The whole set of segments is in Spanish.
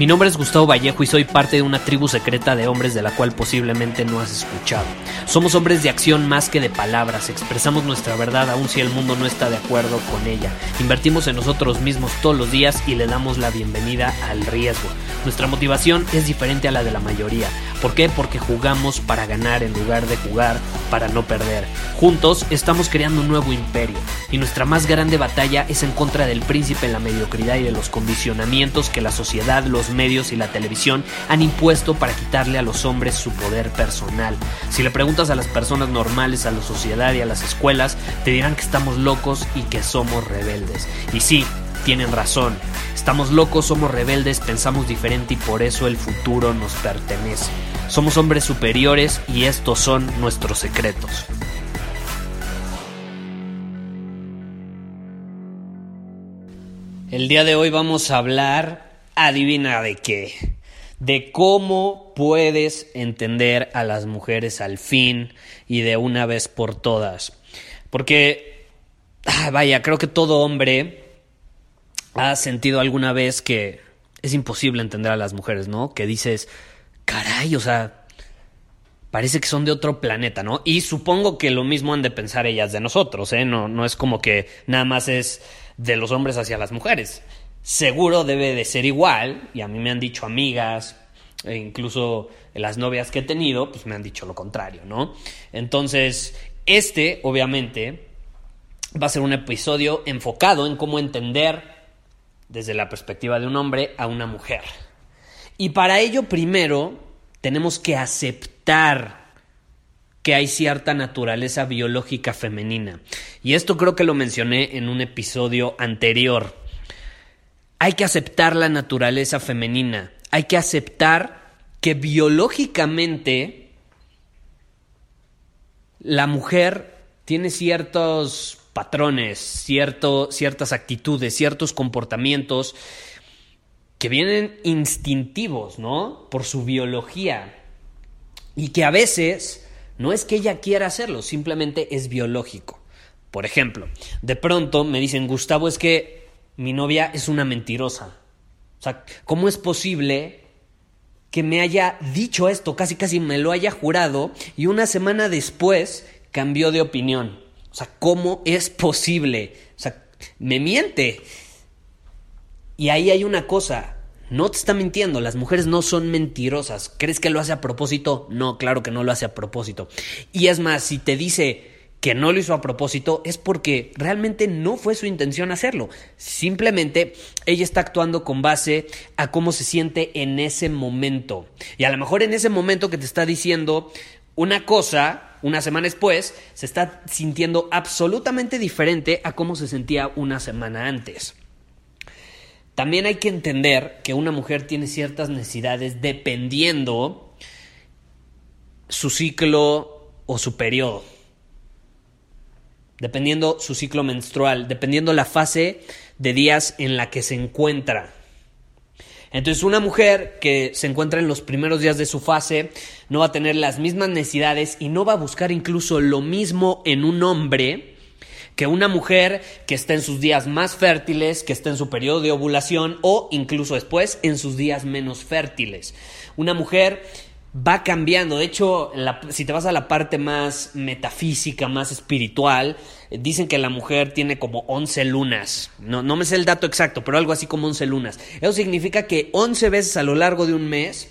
Mi nombre es Gustavo Vallejo y soy parte de una tribu secreta de hombres de la cual posiblemente no has escuchado. Somos hombres de acción más que de palabras, expresamos nuestra verdad aun si el mundo no está de acuerdo con ella. Invertimos en nosotros mismos todos los días y le damos la bienvenida al riesgo. Nuestra motivación es diferente a la de la mayoría. ¿Por qué? Porque jugamos para ganar en lugar de jugar para no perder. Juntos estamos creando un nuevo imperio y nuestra más grande batalla es en contra del príncipe en la mediocridad y de los condicionamientos que la sociedad, los medios y la televisión han impuesto para quitarle a los hombres su poder personal. Si le preguntas a las personas normales, a la sociedad y a las escuelas, te dirán que estamos locos y que somos rebeldes. Y sí, tienen razón. Estamos locos, somos rebeldes, pensamos diferente y por eso el futuro nos pertenece. Somos hombres superiores y estos son nuestros secretos. El día de hoy vamos a hablar, adivina de qué, de cómo puedes entender a las mujeres al fin y de una vez por todas. Porque, creo que todo hombre ha sentido alguna vez que es imposible entender a las mujeres, ¿no? Que dices, caray, parece que son de otro planeta, ¿no? Y supongo que lo mismo han de pensar ellas de nosotros, ¿eh? No es como que nada más es de los hombres hacia las mujeres. Seguro debe de ser igual, y a mí me han dicho amigas, e incluso las novias que he tenido, pues me han dicho lo contrario, ¿no? Entonces, obviamente, va a ser un episodio enfocado en cómo entender desde la perspectiva de un hombre a una mujer. Y para ello, primero, tenemos que aceptar que hay cierta naturaleza biológica femenina. Y esto creo que lo mencioné en un episodio anterior. Hay que aceptar la naturaleza femenina. Hay que aceptar que biológicamente la mujer tiene ciertos patrones, ciertas actitudes, ciertos comportamientos que vienen instintivos, ¿no? Por su biología. Y que a veces no es que ella quiera hacerlo, simplemente es biológico. Por ejemplo, de pronto me dicen, Gustavo, es que mi novia es una mentirosa. O sea, ¿cómo es posible que me haya dicho esto? Casi me lo haya jurado y una semana después cambió de opinión. O sea, ¿cómo es posible? O sea, me miente. Y ahí hay una cosa, no te está mintiendo, las mujeres no son mentirosas. ¿Crees que lo hace a propósito? No, claro que no lo hace a propósito. Y es más, si te dice que no lo hizo a propósito, es porque realmente no fue su intención hacerlo. Simplemente ella está actuando con base a cómo se siente en ese momento. Y a lo mejor en ese momento que te está diciendo una cosa, una semana después, se está sintiendo absolutamente diferente a cómo se sentía una semana antes. También hay que entender que una mujer tiene ciertas necesidades dependiendo su ciclo o su periodo. Dependiendo su ciclo menstrual, dependiendo la fase de días en la que se encuentra. Entonces, una mujer que se encuentra en los primeros días de su fase no va a tener las mismas necesidades y no va a buscar incluso lo mismo en un hombre que una mujer que está en sus días más fértiles, que está en su periodo de ovulación o incluso después en sus días menos fértiles. Una mujer va cambiando. De hecho, si te vas a la parte más metafísica, más espiritual, dicen que la mujer tiene como 11 lunas. No me sé el dato exacto, pero algo así como 11 lunas. Eso significa que 11 veces a lo largo de un mes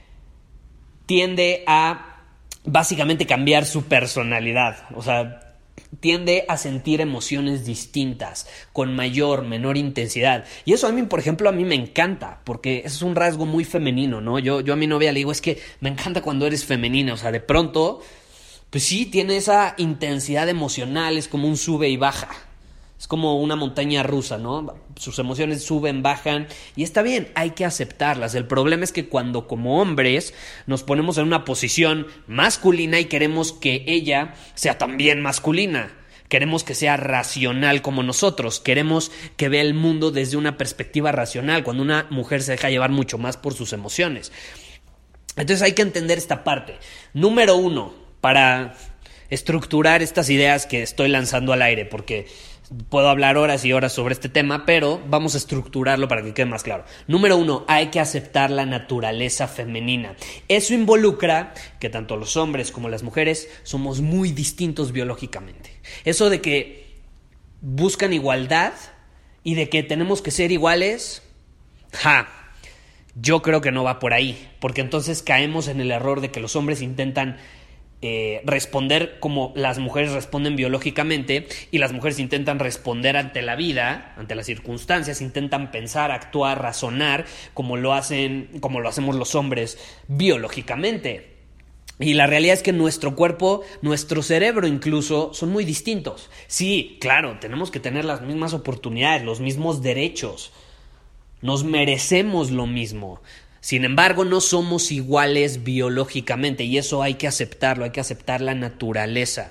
tiende a básicamente cambiar su personalidad. O sea, tiende a sentir emociones distintas, con mayor, menor intensidad. Y eso a mí, por ejemplo, a mí me encanta, porque es un rasgo muy femenino, ¿no? Yo a mi novia le digo, es que me encanta cuando eres femenina. O sea, de pronto, pues sí, tiene esa intensidad emocional, es como un sube y baja. Es como una montaña rusa, ¿no? Sus emociones suben, bajan, y está bien, hay que aceptarlas. El problema es que cuando como hombres nos ponemos en una posición masculina y queremos que ella sea también masculina, queremos que sea racional como nosotros, queremos que vea el mundo desde una perspectiva racional, cuando una mujer se deja llevar mucho más por sus emociones. Entonces hay que entender esta parte. Número 1, para estructurar estas ideas que estoy lanzando al aire, porque Puedo hablar horas y horas sobre este tema, pero vamos a estructurarlo para que quede más claro. Número 1, hay que aceptar la naturaleza femenina. Eso involucra que tanto los hombres como las mujeres somos muy distintos biológicamente. Eso de que buscan igualdad y de que tenemos que ser iguales, yo creo que no va por ahí, porque entonces caemos en el error de que los hombres intentan responder como las mujeres responden biológicamente y las mujeres intentan responder ante la vida, ante las circunstancias, intentan pensar, actuar, razonar como lo hacemos los hombres biológicamente. Y la realidad es que nuestro cuerpo, nuestro cerebro incluso, son muy distintos. Sí, claro, tenemos que tener las mismas oportunidades, los mismos derechos. Nos merecemos lo mismo. Sin embargo, no somos iguales biológicamente y eso hay que aceptarlo, hay que aceptar la naturaleza.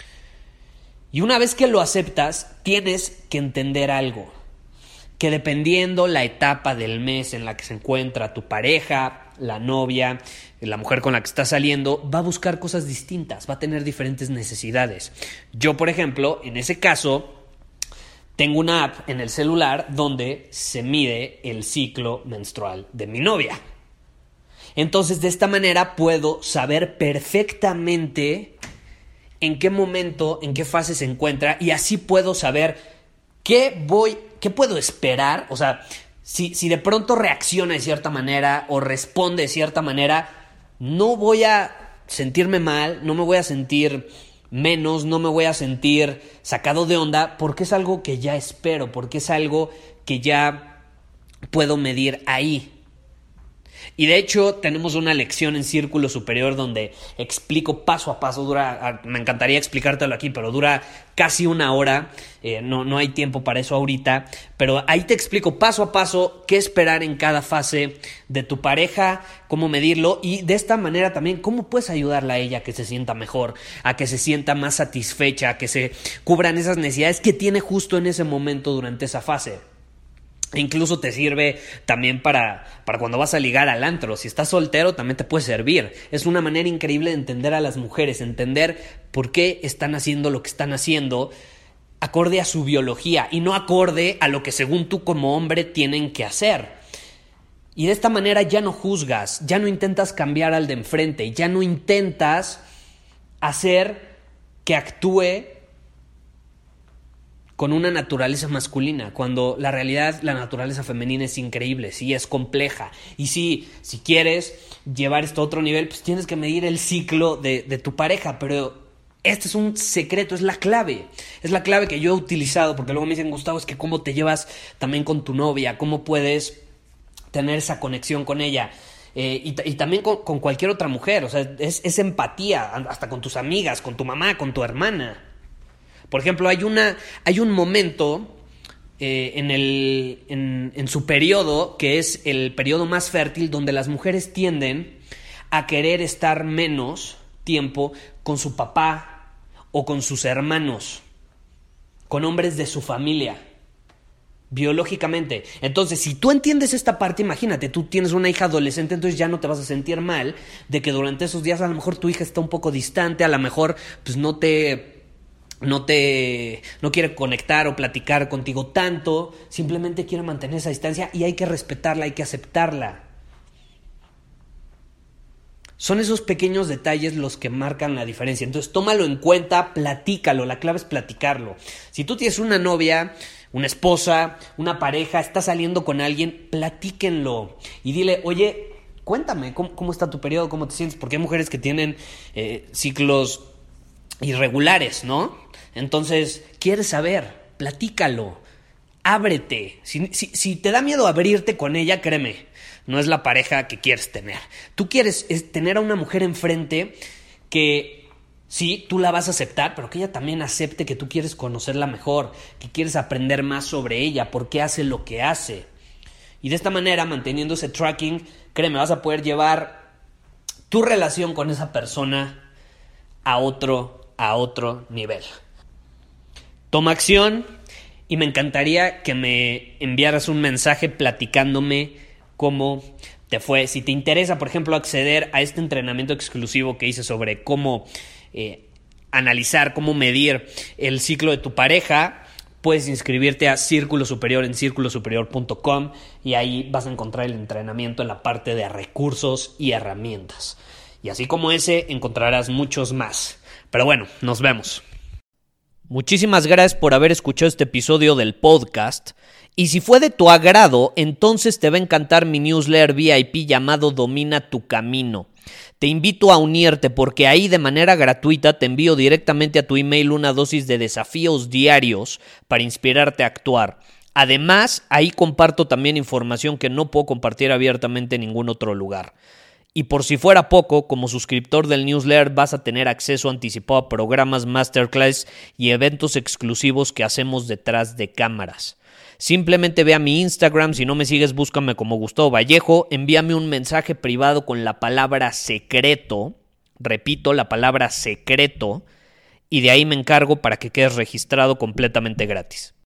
Y una vez que lo aceptas, tienes que entender algo, que dependiendo la etapa del mes en la que se encuentra tu pareja, la novia, la mujer con la que estás saliendo, va a buscar cosas distintas, va a tener diferentes necesidades. Yo, por ejemplo, en ese caso, tengo una app en el celular donde se mide el ciclo menstrual de mi novia. Entonces, de esta manera puedo saber perfectamente en qué momento, en qué fase se encuentra y así puedo saber qué puedo esperar. O sea, si de pronto reacciona de cierta manera o responde de cierta manera, no voy a sentirme mal, no me voy a sentir menos, no me voy a sentir sacado de onda porque es algo que ya espero, porque es algo que ya puedo medir ahí. Y de hecho tenemos una lección en Círculo Superior donde explico paso a paso, me encantaría explicártelo aquí, pero dura casi una hora, no hay tiempo para eso ahorita, pero ahí te explico paso a paso qué esperar en cada fase de tu pareja, cómo medirlo y de esta manera también cómo puedes ayudarla a ella a que se sienta mejor, a que se sienta más satisfecha, a que se cubran esas necesidades que tiene justo en ese momento durante esa fase. Incluso te sirve también para cuando vas a ligar al antro. Si estás soltero también te puede servir. Es una manera increíble de entender a las mujeres, entender por qué están haciendo lo que están haciendo acorde a su biología y no acorde a lo que según tú como hombre tienen que hacer. Y de esta manera ya no juzgas, ya no intentas cambiar al de enfrente, ya no intentas hacer que actúe con una naturaleza masculina, cuando la realidad, la naturaleza femenina es increíble, sí, es compleja. Y sí, si quieres llevar esto a otro nivel, pues tienes que medir el ciclo de tu pareja, pero este es un secreto, es la clave que yo he utilizado, porque luego me dicen, Gustavo, es que cómo te llevas también con tu novia, cómo puedes tener esa conexión con ella. Y también con cualquier otra mujer, o sea, es empatía, hasta con tus amigas, con tu mamá, con tu hermana. Por ejemplo, hay un momento en su periodo, que es el periodo más fértil, donde las mujeres tienden a querer estar menos tiempo con su papá o con sus hermanos, con hombres de su familia, biológicamente. Entonces, si tú entiendes esta parte, imagínate, tú tienes una hija adolescente, entonces ya no te vas a sentir mal de que durante esos días a lo mejor tu hija está un poco distante, a lo mejor pues no quiere conectar o platicar contigo tanto, simplemente quiere mantener esa distancia y hay que respetarla, hay que aceptarla. Son esos pequeños detalles los que marcan la diferencia. Entonces tómalo en cuenta, platícalo, la clave es platicarlo. Si tú tienes una novia, una esposa, una pareja, estás saliendo con alguien, platíquenlo y dile, oye, cuéntame cómo está tu periodo, cómo te sientes, porque hay mujeres que tienen ciclos irregulares, ¿no? Entonces, ¿quieres saber? Platícalo, ábrete. Si te da miedo abrirte con ella, créeme, no es la pareja que quieres tener. Tú quieres tener a una mujer enfrente que sí, tú la vas a aceptar, pero que ella también acepte que tú quieres conocerla mejor, que quieres aprender más sobre ella, por qué hace lo que hace. Y de esta manera, manteniendo ese tracking, créeme, vas a poder llevar tu relación con esa persona a otro nivel. Toma acción y me encantaría que me enviaras un mensaje platicándome cómo te fue. Si te interesa, por ejemplo, acceder a este entrenamiento exclusivo que hice sobre cómo analizar, cómo medir el ciclo de tu pareja, puedes inscribirte a Círculo Superior en circulosuperior.com y ahí vas a encontrar el entrenamiento en la parte de recursos y herramientas. Y así como ese, encontrarás muchos más. Pero bueno, nos vemos. Muchísimas gracias por haber escuchado este episodio del podcast. Y si fue de tu agrado, entonces te va a encantar mi newsletter VIP llamado Domina tu Camino. Te invito a unirte porque ahí de manera gratuita te envío directamente a tu email una dosis de desafíos diarios para inspirarte a actuar. Además, ahí comparto también información que no puedo compartir abiertamente en ningún otro lugar. Y por si fuera poco, como suscriptor del newsletter vas a tener acceso anticipado a programas, masterclass y eventos exclusivos que hacemos detrás de cámaras. Simplemente ve a mi Instagram, si no me sigues búscame como Gustavo Vallejo, envíame un mensaje privado con la palabra secreto, repito, la palabra secreto, y de ahí me encargo para que quedes registrado completamente gratis.